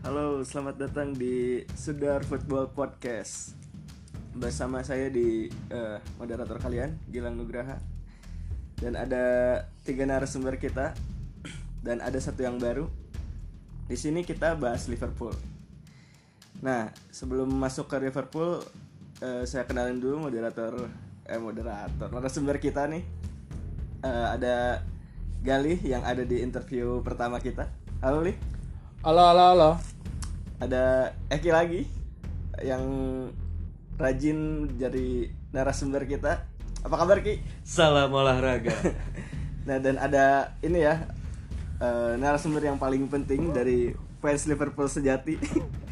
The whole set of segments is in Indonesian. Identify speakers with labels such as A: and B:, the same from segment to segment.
A: Halo, selamat datang di Sudar Football Podcast. Bersama saya di moderator kalian, Gilang Nugraha. Dan ada 3 narasumber kita dan ada satu yang baru. Di sini kita bahas Liverpool. Nah, sebelum masuk ke Liverpool, saya kenalin dulu moderator narasumber kita nih. Ada Galih yang ada di interview pertama kita. Halo, Li.
B: Halo.
A: Ada Eki lagi yang rajin jadi narasumber kita. Apa kabar, Ki?
C: Salam olahraga.
A: Nah, dan ada ini ya, narasumber yang paling penting dari fans Liverpool sejati.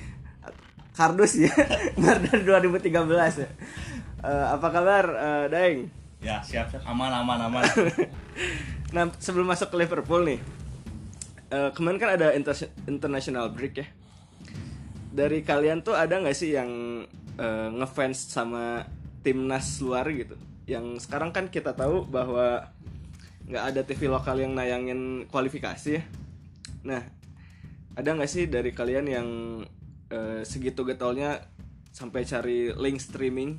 A: Kardus ya. Dari 2013 ya. Apa kabar, Daeng?
C: Ya, siap. Aman.
A: Nah, sebelum masuk ke Liverpool nih, kemarin kan ada international break ya. Dari kalian tuh ada nggak sih yang ngefans sama timnas luar gitu? Yang sekarang kan kita tahu bahwa nggak ada TV lokal yang nayangin kualifikasi ya. Nah, ada nggak sih dari kalian yang segitu getolnya sampai cari link streaming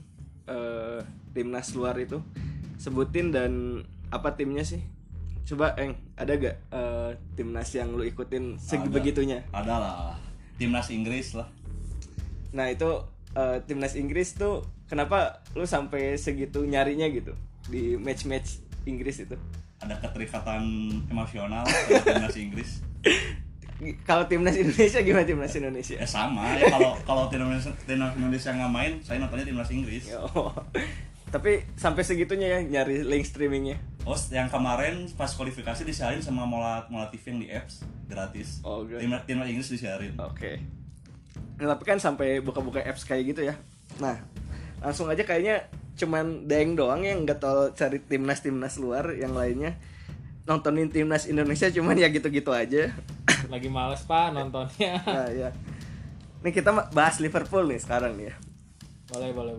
A: timnas luar itu? Sebutin dan apa timnya sih? Coba ada gak timnas yang lu ikutin sebegitunya?
C: Ada lah. Timnas Inggris lah.
A: Nah itu timnas Inggris tuh kenapa lu sampai segitu nyarinya gitu di match-match Inggris itu?
C: Ada keterikatan emosional sama timnas Inggris.
A: Kalau timnas Indonesia gimana timnas Indonesia?
C: Ya sama ya, kalau timnas Indonesia nggak main, saya nontonnya timnas Inggris.
A: Oh. Tapi sampai segitunya ya nyari link streamingnya.
C: Oh, yang kemarin pas kualifikasi disiarin sama Mola TV yang di apps gratis.
A: Oh, good.
C: Timnas Inggris disiarin.
A: Oke. Nah, tapi kan sampai buka-buka apps kayak gitu ya. Nah, langsung aja kayaknya cuman Daeng doang yang nggak tahu cari timnas luar, yang lainnya nontonin timnas Indonesia cuman ya gitu-gitu aja.
B: Lagi males Pak nontonnya.
A: Nah, ya. Nih kita bahas Liverpool nih sekarang nih ya.
B: Boleh.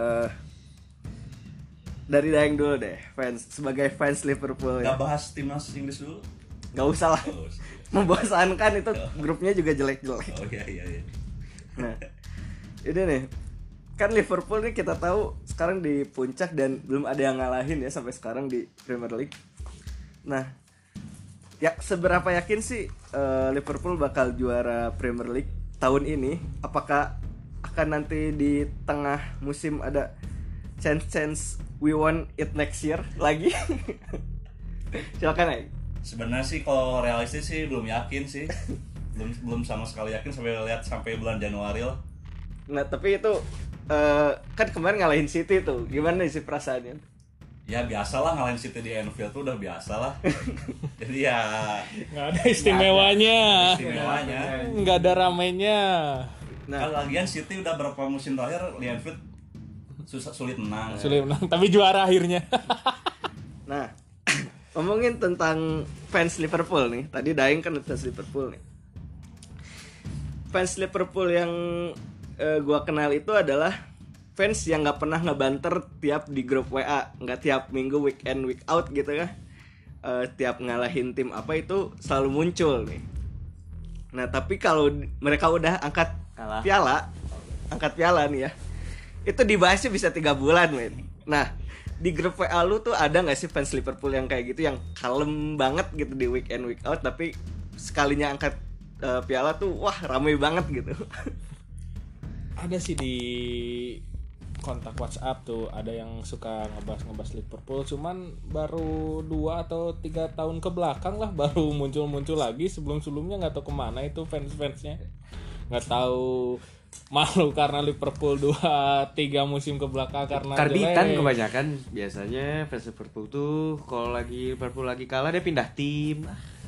A: Dari Daeng dulu deh, sebagai fans Liverpool ya.
C: Gak bahas timnas Inggris dulu?
A: Gak usah lah. Membosankan itu, grupnya juga jelek-jelek.
C: Oh iya.
A: Nah, ini nih, kan Liverpool nih kita tahu sekarang di puncak dan belum ada yang ngalahin ya sampai sekarang di Premier League. Nah, ya seberapa yakin sih Liverpool bakal juara Premier League tahun ini? Apakah akan nanti di tengah musim ada chance we want it next year lagi? Silakan aja.
C: Sebenarnya sih kalau realistis sih belum yakin sih. belum sama sekali yakin sampai bulan Januari lah.
A: Nah, tapi itu kan kemarin ngalahin City tuh. Gimana sih perasaannya?
C: Ya biasalah ngalahin City di Anfield tuh udah biasa lah. Jadi ya
B: Nggak ada istimewanya. Nggak ada ramenya.
A: Nah,
C: Kan lagian City udah berapa musim terakhir di Anfield sulit menang.
B: Tapi juara akhirnya.
A: Nah, ngomongin tentang fans Liverpool nih. Tadi Daeng kan fans Liverpool nih. Fans Liverpool yang gua kenal itu adalah fans yang nggak pernah ngebanter tiap di grup WA, nggak tiap minggu week in week out gitu ya. Tiap ngalahin tim apa itu selalu muncul nih. Nah, tapi kalau mereka udah angkat piala nih ya, itu dibahasnya bisa 3 bulan, men. Nah, di grup WA lu tuh ada nggak sih fans Liverpool yang kayak gitu, yang kalem banget gitu di week in week out, tapi sekalinya angkat piala tuh wah ramai banget gitu?
B: Ada sih di kontak WhatsApp tuh ada yang suka ngebahas Liverpool, cuman baru 2 atau 3 tahun ke belakang lah baru muncul lagi. Sebelumnya nggak tahu kemana itu fansnya, nggak tayu malu karena Liverpool 2-3 musim ke belakang karena
D: karbitan kebanyakan. Biasanya fans Liverpool tuh kalau Liverpool lagi kalah dia pindah tim.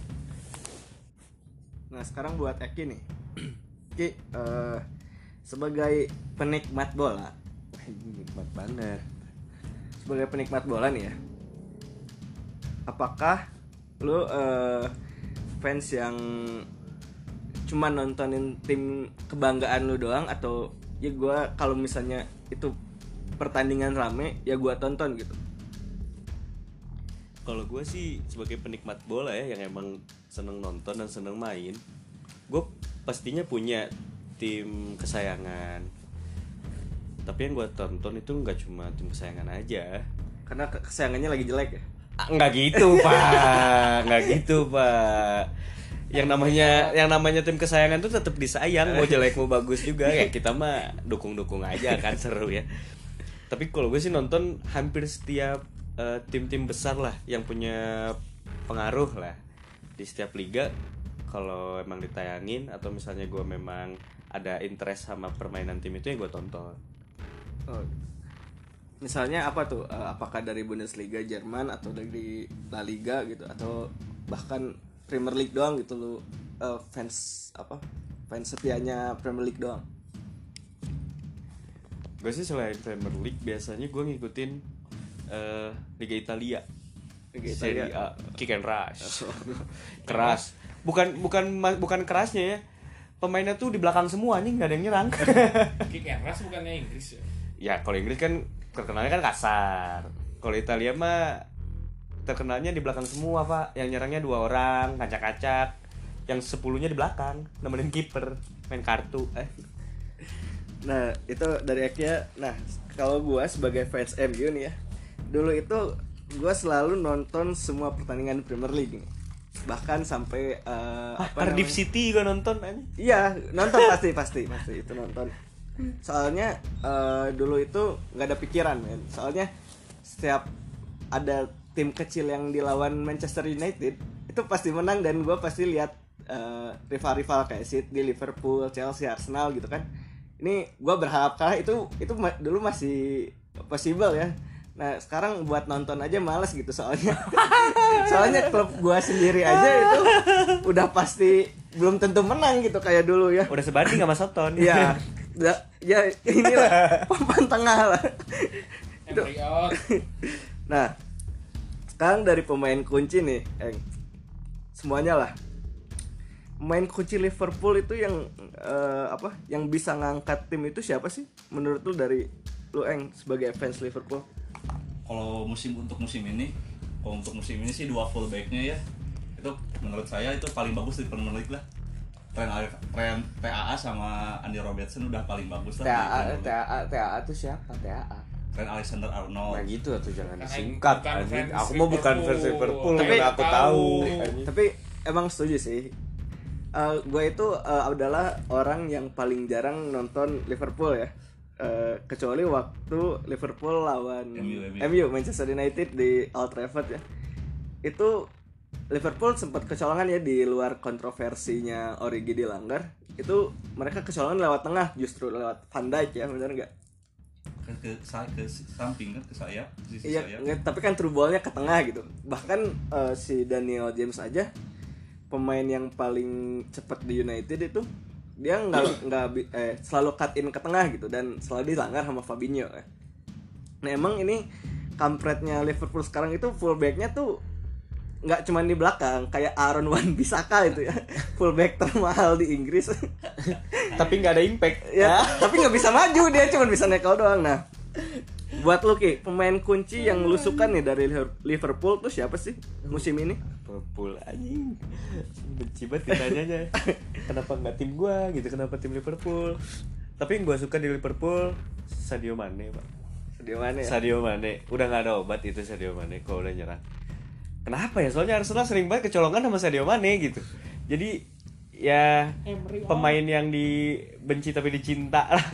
A: Nah, sekarang buat Eki nih. Ki, sebagai penikmat bola,
D: Nikmat banget.
A: sebagai penikmat bola nih ya, apakah lu fans yang cuma nontonin tim kebanggaan lu doang, atau ya gue kalau misalnya itu pertandingan rame ya gue tonton gitu?
D: Kalau gue sih sebagai penikmat bola ya, yang emang seneng nonton dan seneng main, gue pastinya punya tim kesayangan. Tapi yang gue tonton itu nggak cuma tim kesayangan aja.
A: Karena kesayangannya lagi jelek ya.
D: Nggak gitu pak, nggak gitu pak. Yang namanya tim kesayangan tuh tetap disayang, mau jelek mau bagus juga ya, kita mah dukung aja kan, seru ya. Tapi kalau gue sih nonton hampir setiap tim-tim besar lah yang punya pengaruh lah di setiap liga. Kalau emang ditayangin atau misalnya gue memang ada interest sama permainan tim itu ya gue tonton.
A: Oh. Misalnya apa tuh? Apakah dari Bundesliga Jerman atau dari La Liga gitu, atau bahkan Premier League doang gitu lu fans setianya Premier League doang?
D: Gue sih selain Premier League biasanya gue ngikutin Liga Italia. Serie A, kick and rush. Keras. Bukan kerasnya ya. Pemainnya tuh di belakang semua nih, nggak ada yang nyerang.
B: Kick and rush bukannya Inggris ya?
D: Ya kalau Inggris kan terkenalnya kan kasar. Kalau Italia mah terkenalnya di belakang semua pak. Yang nyerangnya 2 orang, kacak-kacak. Yang 10-nya di belakang, nemenin kiper, main kartu.
A: Nah itu dari Akia. Nah kalau gue sebagai fans MU nih ya, dulu itu gue selalu nonton semua pertandingan Premier League nih. Bahkan sampai
D: Cardiff City gue nonton aja.
A: Iya nonton pasti itu nonton. Soalnya dulu itu nggak ada pikiran men. Soalnya setiap ada tim kecil yang dilawan Manchester United itu pasti menang, dan gue pasti lihat rival-rival kayak City, Liverpool, Chelsea, Arsenal gitu kan. Ini gue berharap kalah, itu dulu masih possible ya. Nah sekarang buat nonton aja males gitu, soalnya klub gue sendiri aja itu udah pasti belum tentu menang gitu kayak dulu ya.
D: Udah sebanding sama Soton.
A: Iya. Ya inilah papan tengah lah.
B: Emery out.
A: Nah sekarang dari pemain kunci nih, semuanya lah. Pemain kunci Liverpool itu yang yang bisa ngangkat tim itu siapa sih? Menurut lu, dari lu sebagai fans Liverpool?
C: Kalau untuk musim ini sih 2 fullbacknya ya, itu menurut saya itu paling bagus di Premier League lah. Trent TAA sama Andy Robertson udah paling bagus lah.
D: TAA tuh siapa? TAA
C: Trent Alexander-Arnold.
D: Nah gitu tuh, jangan
B: Kan
D: disingkat.
B: bukan fans
D: Aku mau bukan fans Liverpool,
A: Tapi
D: aku tahu.
A: Tapi emang setuju sih. Gue itu adalah orang yang paling jarang nonton Liverpool ya. Kecuali waktu Liverpool lawan MU Manchester United di Old Trafford ya. Itu Liverpool sempat kecolongan ya, di luar kontroversinya Origi dilanggar. Itu mereka kecolongan lewat tengah, justru lewat Van Dijk ya, benar nggak?
C: Ke samping kan, ke sayap, sisi
A: Iya,
C: sayap.
A: tapi kan true ball-nya ke tengah gitu. Bahkan si Daniel James aja, pemain yang paling cepat di United itu, dia nggak selalu cut in ke tengah gitu, dan selalu dilanggar sama Fabinho ya. Nah emang ini kampretnya Liverpool sekarang itu fullbacknya tuh nggak cuma di belakang, kayak Aaron Wan-Bissaka itu ya, fullback termahal di Inggris.
D: Tapi nggak ada impact
A: Ya, tapi nggak bisa maju, dia cuma bisa nekel doang. Nah buat lu Ki, pemain kunci yang lu suka nih dari Liverpool tuh siapa sih musim ini?
D: Liverpool anjing. Benci banget ditanyanya. Kenapa nggak tim gua gitu, kenapa tim Liverpool? Tapi yang gua suka di Liverpool Sadio Mane, Pak.
A: Sadio Mane ya?
D: Sadio Mane, udah nggak ada obat itu Sadio Mane kalau udah nyerang. Kenapa ya? Soalnya Arsenal sering banget kecolongan sama Sadio Mane gitu. Jadi ya pemain yang dibenci tapi dicinta lah.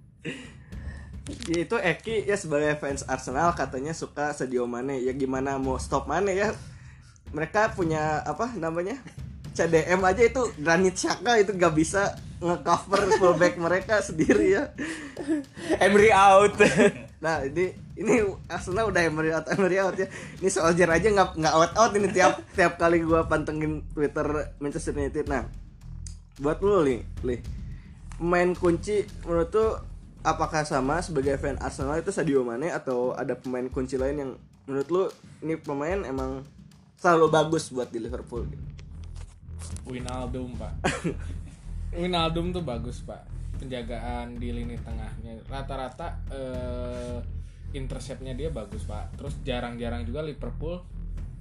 A: Ya itu Eki ya sebagai fans Arsenal katanya suka Sadio Mane. Ya gimana mau stop Mane ya? Mereka punya apa namanya? CDM aja itu Granit Xhaka itu gak bisa nge-cover fullback mereka sendiri ya.
D: Emery out.
A: Nah ini Arsenal udah Emery out ya. Ini Solskjaer aja nggak out ini tiap kali gua pantengin Twitter Manchester United. Nah buat lu Li, pemain kunci menurut tuh apakah sama sebagai fan Arsenal itu Sadio Mane, atau ada pemain kunci lain yang menurut lu ini pemain emang selalu bagus buat di Liverpool gitu?
B: Wijnaldum pak. Wijnaldum tuh bagus pak, penjagaan di lini tengahnya rata-rata interceptnya dia bagus pak. Terus jarang-jarang juga Liverpool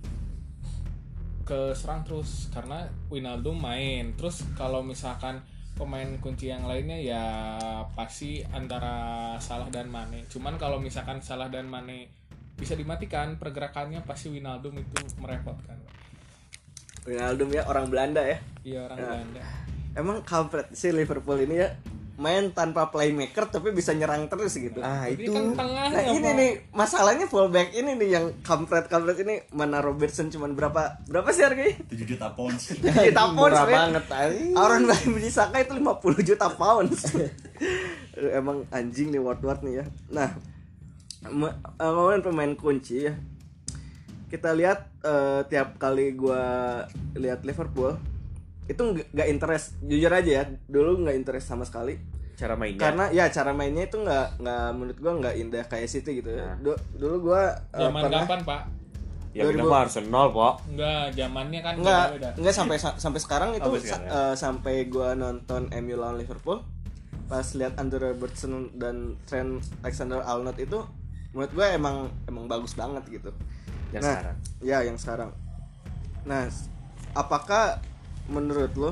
B: keserang terus karena Wijnaldum main. Terus kalau misalkan pemain kunci yang lainnya ya pasti antara Salah dan Mane. Cuman kalau misalkan Salah dan Mane bisa dimatikan pergerakannya, pasti Wijnaldum itu merepotkan.
A: Wijnaldum ya, orang Belanda ya.
B: Iya, orang Belanda.
A: Emang kampret si Liverpool ini ya, main tanpa playmaker tapi bisa nyerang terus gitu.
B: Ini kan tengah.
A: Nah ini nih masalahnya fullback ini nih yang kampret ini. Mana Robertson cuman berapa sih harganya?
C: 7 juta pounds.
A: 7 juta pounds
D: Murah
A: men.
D: banget tadi.
A: Aaron Wan-Bissaka itu 50 juta pounds. Emang anjing nih Watford nih ya. Nah ngomongin pemain kunci ya, kita lihat tiap kali gua lihat Liverpool itu nggak interest, jujur aja ya, dulu nggak interest sama sekali
D: Cara mainnya.
A: karena ya cara mainnya itu nggak menurut gua nggak indah kayak City gitu ya. Dulu gua
B: Zaman kapan, Pak?
D: Ya kita mah Arsenal, Pak.
B: Enggak, zamannya kan beda.
A: Enggak sampai sekarang itu
D: Sampai sekarang.
A: sampai gua nonton MU lawan Liverpool, pas lihat Andrew Robertson dan Trent Alexander-Arnold itu menurut gua emang bagus banget gitu.
D: Yang sekarang.
A: Ya yang sekarang. Nah, apakah menurut lo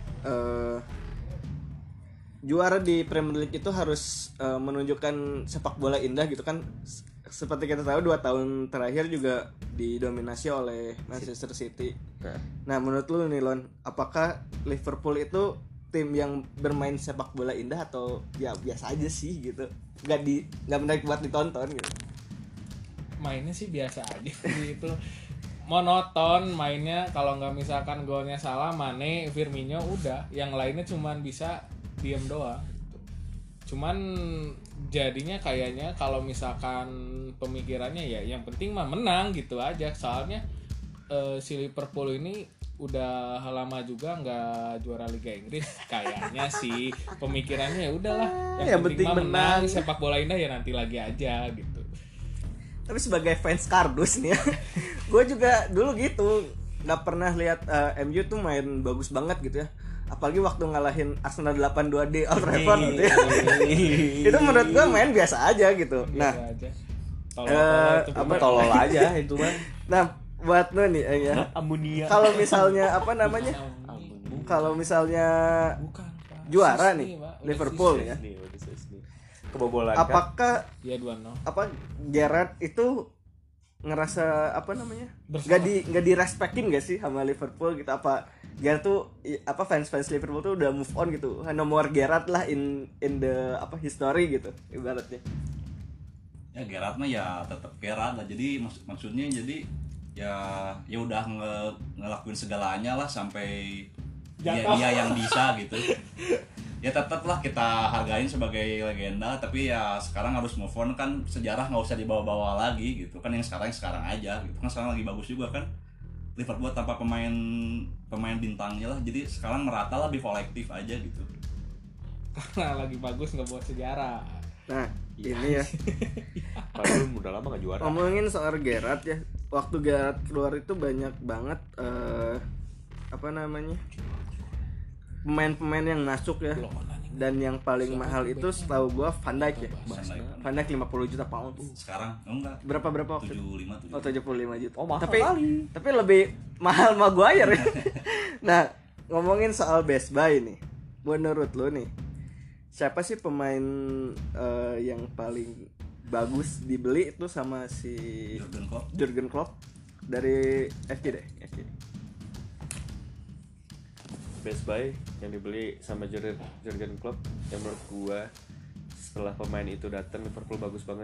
A: juara di Premier League itu harus menunjukkan sepak bola indah gitu kan? Seperti kita tahu 2 tahun terakhir juga didominasi oleh Manchester City. Nah menurut lu nih Lon, apakah Liverpool itu tim yang bermain sepak bola indah atau ya biasa aja sih gitu? Nggak menarik buat ditonton gitu.
B: Mainnya sih biasa aja gitu. Monoton mainnya, kalau nggak misalkan golnya Salah, Mane, Firmino, udah. Yang lainnya cuman bisa diem doang gitu. Cuman jadinya kayaknya kalau misalkan pemikirannya ya yang penting mah menang gitu aja. Soalnya si Liverpool ini udah lama juga nggak juara Liga Inggris kayaknya sih. Pemikirannya ya udahlah, yang penting mah menang. Sepak bola indah ya nanti lagi aja gitu.
A: Tapi sebagai fans kardus nih ya, gue juga dulu gitu nggak pernah lihat MU tuh main bagus banget gitu ya. Apalagi waktu ngalahin Arsenal 8-2 di Old Trafford gitu ya. Itu menurut gue main biasa aja gitu. Nah,
D: Tolol aja itu mah.
A: Nah, buat lo nih ya.
D: Amonia.
A: Kalau misalnya apa namanya? Kalau misalnya juara nih Liverpool ya.
D: Kebobolan
A: apakah
B: ya 2-0.
A: apa Gerrard itu ngerasa apa namanya nggak direspekin gak sih sama Liverpool gitu? Apa Gerrard tuh apa fans Liverpool tuh udah move on gitu, nomor Gerrard lah in the apa history gitu ibaratnya?
C: Ya Gerrard mah ya tetap Gerrard lah, jadi maksudnya jadi ya udah ngelakuin segalanya lah sampai dia yang bisa gitu. Ya tetaplah kita hargain sebagai legenda, tapi ya sekarang harus move on kan, sejarah nggak usah dibawa-bawa lagi gitu kan, yang sekarang aja gitu kan. Sekarang lagi bagus juga kan Liverpool tanpa pemain bintangnya lah, jadi sekarang merata lah, lebih kolektif aja gitu.
B: Karena lagi bagus nggak buat sejarah.
A: Nah ini ya
D: padahal udah lama nggak juara.
A: ngomongin soal Gerrard ya, waktu Gerrard keluar itu banyak banget apa namanya pemain-pemain yang masuk ya, dan yang paling mahal itu setahu gua Van Dijk ya. Van Dijk 50 juta pound.
C: Sekarang enggak,
A: Berapa waktu itu?
C: 75
A: Oh 75 juta.
D: Oh, mahal
A: tapi
D: kali.
A: tapi lebih mahal Maguire ya. Nah ngomongin soal best buy nih, menurut lo nih siapa sih pemain yang paling bagus dibeli itu sama si Jurgen Klopp dari FK deh?
D: Best buy yang dibeli sama Jurgen Klopp yang menurut gua setelah pemain itu datang Liverpool bagus banget.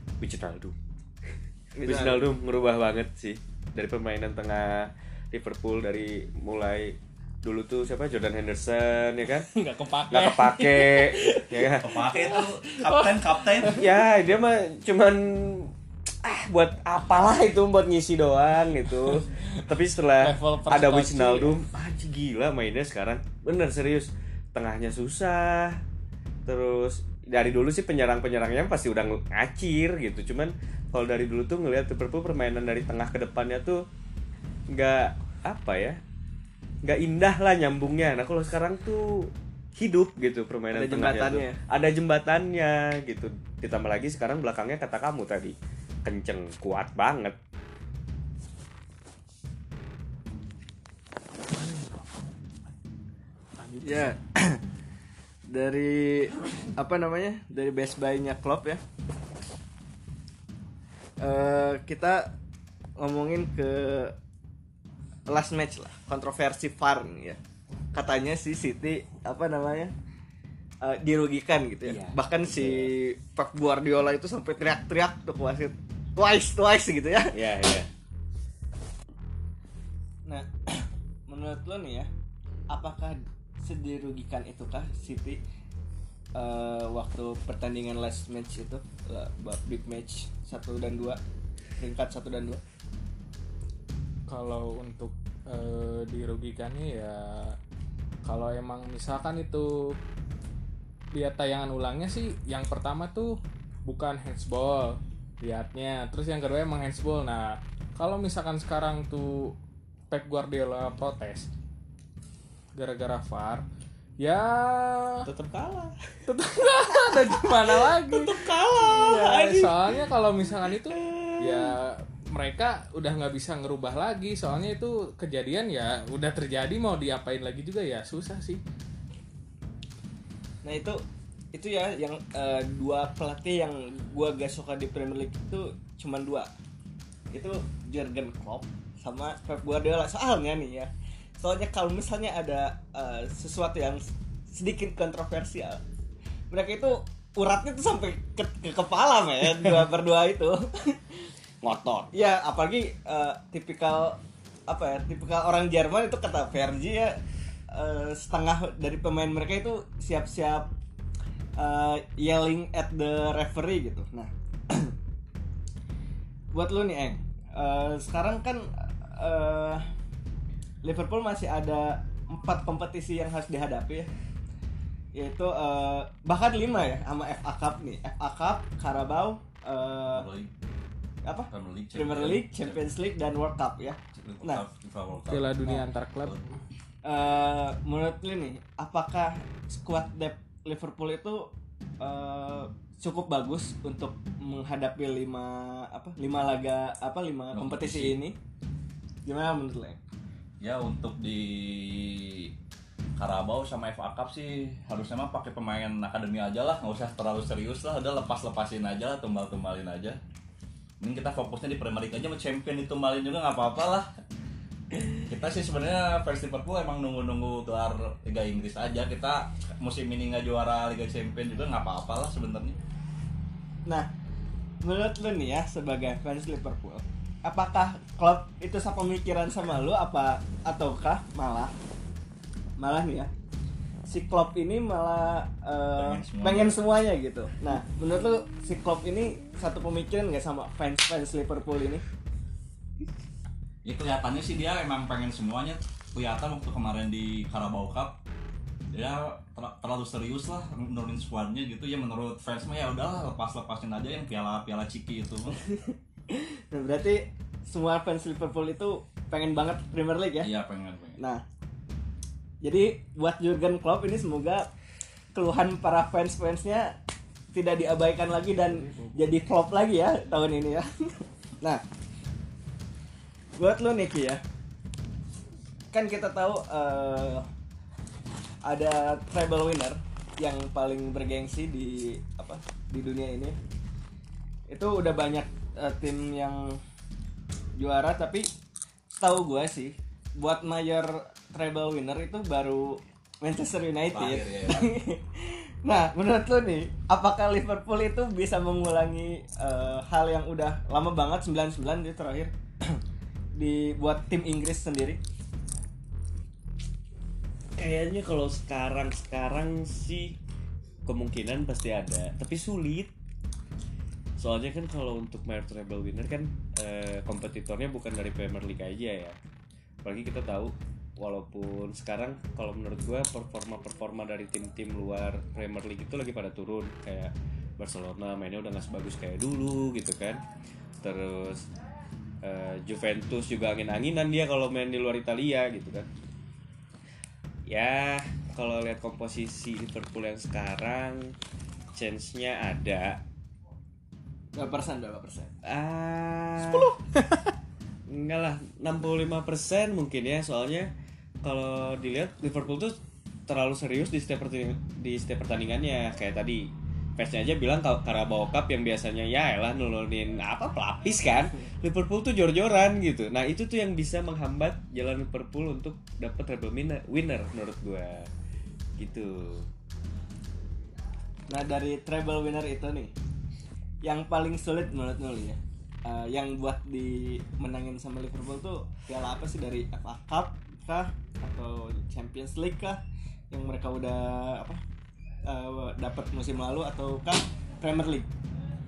D: Wijnaldum ngerubah banget sih dari permainan tengah Liverpool, dari mulai dulu tuh siapa Jordan Henderson ya kan
B: nggak
D: kepake ya kan,
C: kepake tuh kapten
D: ya dia mah cuman buat apalah itu, buat ngisi doang gitu. Tapi setelah ada Wijnaldum, gila mainnya sekarang bener serius, tengahnya susah. Terus dari dulu sih penyerangnya pasti udah ngacir gitu, cuman kalau dari dulu tuh ngelihat Liverpool permainan dari tengah ke depannya tuh nggak apa ya, nggak indah lah nyambungnya. Nah kalau sekarang tuh hidup gitu permainan tengahnya tuh. Ada jembatannya gitu. Ditambah lagi sekarang belakangnya kata kamu tadi kenceng, kuat banget.
A: Ya dari apa namanya, dari best buy-nya Klopp ya, kita ngomongin ke last match lah, kontroversi VAR nih ya. Katanya si City apa namanya, dirugikan gitu ya.
D: Iya.
A: Bahkan si Pep Guardiola itu sampai teriak-teriak tuh ke wasit, twice gitu ya.
D: Iya.
A: Nah, menurut lo nih ya, apakah sedirugikan itukah City waktu pertandingan last match itu, big match 1 dan 2, peringkat 1 dan 2?
B: Kalau untuk dirugikannya ya, kalau emang misalkan itu lihat tayangan ulangnya sih, yang pertama tuh bukan handsball lihatnya, terus yang kedua emang handsball. Nah kalau misalkan sekarang tuh Pep Guardiola protes gara-gara VAR, ya
D: Tetap kalah.
B: ada gimana lagi,
D: Tetap kalah.
B: ya, soalnya kalau misalkan itu ya mereka udah nggak bisa ngerubah lagi, soalnya itu kejadian ya udah terjadi, mau diapain lagi juga ya susah sih.
A: Nah itu ya yang dua pelatih yang gua gak suka di Premier League itu cuman 2. Itu Jurgen Klopp sama Pep Guardiola. Soalnya nih ya, soalnya kalau misalnya ada sesuatu yang sedikit kontroversial, mereka itu uratnya tuh sampai ke kepala, men. Berdua itu
D: Ngotot.
A: ya, apalagi tipikal orang Jerman itu, kata Fergie ya, setengah dari pemain mereka itu siap-siap yelling at the referee gitu. Nah, buat lu nih Eng, sekarang kan Liverpool masih ada 4 kompetisi yang harus dihadapi ya, yaitu bahkan 5 ya, sama FA Cup nih, FA Cup, Carabao, Premier League, Champions League, dan World Cup ya. Nah,
B: Piala Dunia antar klub.
A: menurut lu nih, apakah squad depth Liverpool itu cukup bagus untuk menghadapi 5 kompetisi ini? Gimana menurut lu?
C: Ya untuk di Carabao sama FA Cup sih harusnya mah pakai pemain akademi aja lah, nggak usah terlalu serius lah, udah lepasin aja lah, tumbal-tumbalin aja. Mending kita fokusnya di Premier League aja, sama champion ditumbalin juga nggak apa-apa lah. Kita sih sebenarnya fans Liverpool emang nunggu gelar Liga Inggris aja. Kita musim ini nggak juara Liga Champion juga nggak apa-apa lah sebenarnya.
A: Nah, menurut lu nih ya, sebagai fans Liverpool, apakah klub itu sepemikiran sama lu ataukah malah nih ya, si Klopp ini malah pengen semuanya gitu. Nah, menurut lu si Klopp ini satu pemikiran nggak sama fans Liverpool ini?
C: Ya kelihatannya sih dia emang pengen semuanya. Kelihatan waktu kemarin di Carabao Cup dia terlalu serius lah nurunin squadnya gitu ya. Menurut fans mah ya udahlah, lepasin aja yang piala ciki itu.
A: Nah, berarti semua fans Liverpool itu pengen banget Premier League ya?
C: Iya, pengen.
A: Nah, jadi buat Jurgen Klopp ini semoga keluhan para fansnya tidak diabaikan lagi dan jadi Klopp lagi ya tahun ini ya. Nah, buat lo Niki ya, kan kita tahu ada treble winner yang paling bergengsi di dunia ini. Itu udah banyak tim yang juara, tapi setahu gue sih buat mayor treble winner itu baru Manchester United.
C: Terakhir, ya.
A: Nah, menurut lo nih, apakah Liverpool itu bisa mengulangi hal yang udah lama banget 99 di terakhir dibuat tim Inggris sendiri?
D: Kayaknya kalau sekarang sih kemungkinan pasti ada, tapi sulit. Soalnya kan kalau untuk mayor treble winner kan kompetitornya bukan dari Premier League aja ya. Apalagi kita tahu, walaupun sekarang kalau menurut gua performa dari tim-tim luar Premier League itu lagi pada turun. Kayak Barcelona mainnya udah gak sebagus kayak dulu gitu kan. Terus Juventus juga angin-anginan dia kalau main di luar Italia gitu kan. Ya kalau lihat komposisi Liverpool yang sekarang, chance-nya ada.
A: Berapa persen?
D: 10. Enggak lah, 65% mungkin ya. Soalnya kalau dilihat Liverpool tuh terlalu serius di setiap pertandingannya. Kayak tadi fansnya aja bilang kalau Carabao Cup yang biasanya ya elah nurunin apa pelapis kan, Liverpool tuh jor-joran gitu. Nah itu tuh yang bisa menghambat jalan Liverpool untuk dapat treble winner menurut gua gitu.
A: Nah dari treble winner itu nih, yang paling sulit menurut lu ya, yang buat dimenangin sama Liverpool tuh piala apa sih, dari FA Cup kah atau Champions League kah yang mereka udah dapat musim lalu, ataukah Premier League?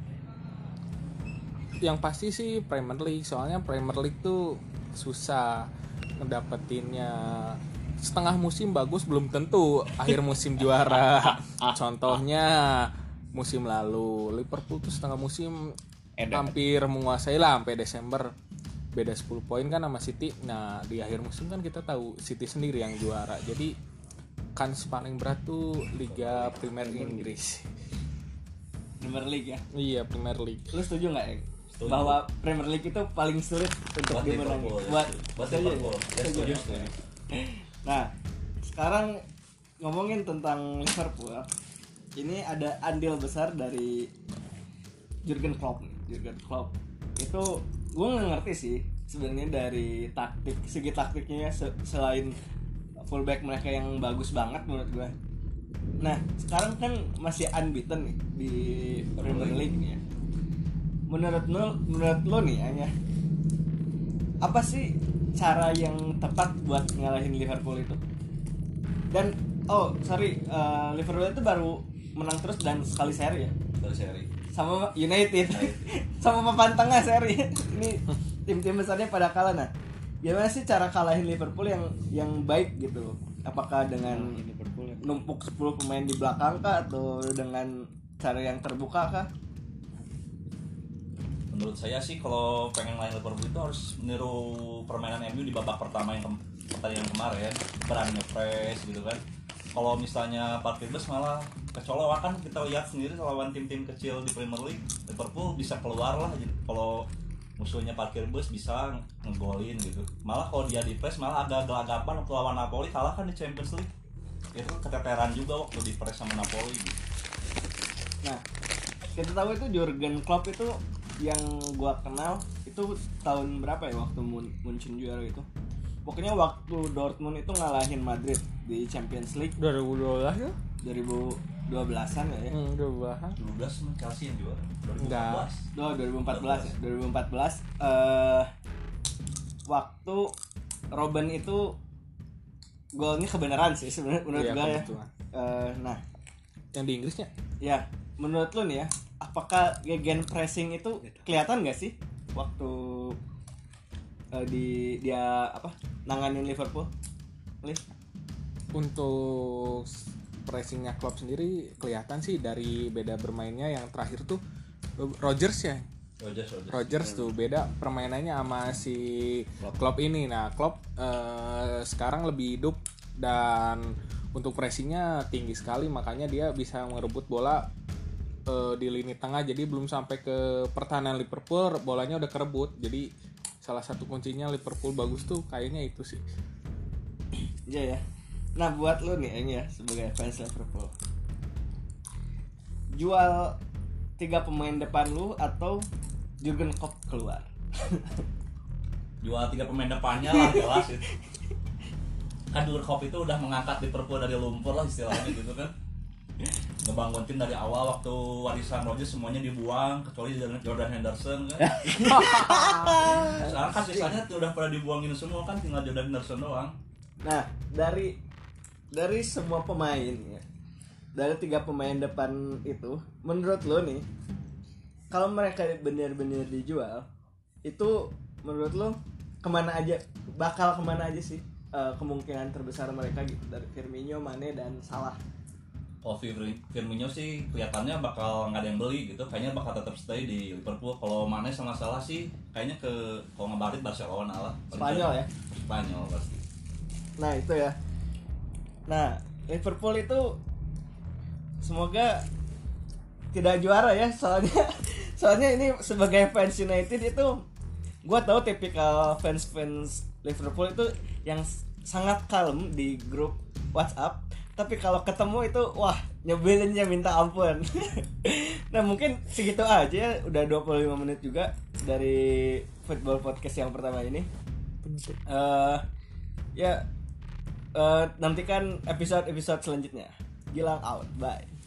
B: Yang pasti sih Premier League, soalnya Premier League tuh susah ngedapetinnya. Setengah musim bagus belum tentu akhir musim juara. Contohnya musim lalu Liverpool tuh setengah musim hampir menguasai lah sampai Desember, beda 10 poin kan sama City. Nah di akhir musim kan kita tahu City sendiri yang juara. Jadi kans paling berat tuh Liga Premier Inggris.
A: Premier League ya?
B: Iya, Premier League.
A: Lu setuju nggak ya?
C: Setuju.
A: Bahwa Premier League itu paling sulit untuk
C: Buat
A: dimenangi?
C: Liverpool,
A: Buat
C: Liverpool. Ya,
A: setuju.
C: setuju.
A: Nah, sekarang ngomongin tentang Liverpool, ini ada andil besar dari Jurgen Klopp. Jurgen Klopp itu gue nggak ngerti sih sebenarnya dari segi taktiknya ya, selain fullback mereka yang bagus banget menurut gue. Nah sekarang kan masih unbeaten nih di Premier League nih ya. Menurut lo nih ya, apa sih cara yang tepat buat ngalahin Liverpool itu? Dan Liverpool itu baru menang terus dan sekali seri ya
C: Dari seri.
A: sama United. Sama papan tengah seri. Ini tim-tim besarnya pada kalah. Nah gimana sih cara kalahin Liverpool yang baik gitu? Apakah dengan numpuk 10 pemain di belakang kah, atau dengan cara yang terbuka kah?
C: Menurut saya sih kalau pengen main Liverpool itu harus meniru permainan MU di babak pertama yang pertandingan kemarin, berani nge-press gitu kan. Kalau misalnya parkir bus malah kecolok kan, kita lihat sendiri lawan tim-tim kecil di Premier League, Liverpool bisa keluar lah kalau musuhnya parkir bus bisa ngegolin gitu. Malah kalau dia di press malah agak gelagapan waktu lawan Napoli, kalah kan di Champions League. Itu keteteran juga waktu di press sama Napoli gitu.
A: Nah kita tahu itu Jurgen Klopp itu yang gua kenal itu tahun berapa ya waktu Munchen juara itu. Pokoknya waktu Dortmund itu ngalahin Madrid di Champions League
B: 2012 ya?
A: 2012an ya.
B: 2012-an.
C: 12 sama Chelsea yang juara.
B: Enggak.
C: 2014.
A: 2014 ya. 2014 waktu Robben itu golnya kebenaran sih sebenarnya menurut
B: Iya,
A: gua ya.
B: kebetulan.
A: Nah,
B: Yang di Inggrisnya?
A: ya menurut lu nih ya, apakah gegen pressing itu kelihatan nggak sih waktu dia nanganin Liverpool?
B: Untuk pressingnya Klopp sendiri kelihatan sih dari beda bermainnya. Yang terakhir tuh Rodgers ya. Rodgers tuh beda permainannya sama si Klopp ini. Nah Klopp sekarang lebih hidup dan untuk pressingnya tinggi sekali, makanya dia bisa merebut bola di lini tengah. Jadi belum sampai ke pertahanan Liverpool, bolanya udah kerebut. Jadi salah satu kuncinya Liverpool bagus tuh kayaknya itu sih.
A: Iya ya. Nah buat lu nih Eng ya, sebagai fans Liverpool, jual 3 pemain depan lu atau Jurgen Klopp keluar?
C: Jual 3 pemain depannya lah, jelas itu. Kan Jurgen Klopp itu udah mengangkat Liverpool dari lumpur lah istilahnya gitu kan. Ngebangun tim dari awal, waktu warisan Rodgers semuanya dibuang kecuali Jordan Henderson kan. Sekarang kan sisanya udah pada dibuangin semua kan, tinggal Jordan Henderson doang.
A: Nah dari semua pemain ya, dari 3 pemain depan itu, menurut lo nih, kalau mereka benar-benar dijual, itu menurut lo bakal kemana aja sih kemungkinan terbesar mereka gitu, dari Firmino, Mane, dan Salah?
C: Kalau Firmino sih kelihatannya bakal nggak ada yang beli gitu, kayaknya bakal tetap stay di Liverpool. Kalau Mane sama Salah sih kayaknya kalau ngebarit Barcelona lah.
A: Spanyol ya?
C: Spanyol pasti.
A: Nah itu ya. Nah Liverpool itu semoga tidak juara ya, soalnya ini sebagai fans United itu gue tahu tipikal fans Liverpool itu yang sangat kalem di grup WhatsApp, tapi kalau ketemu itu wah nyebelinnya minta ampun. Nah mungkin segitu aja ya, udah 25 menit juga dari Football Podcast yang pertama ini. Nantikan episode selanjutnya. Gilang out, bye.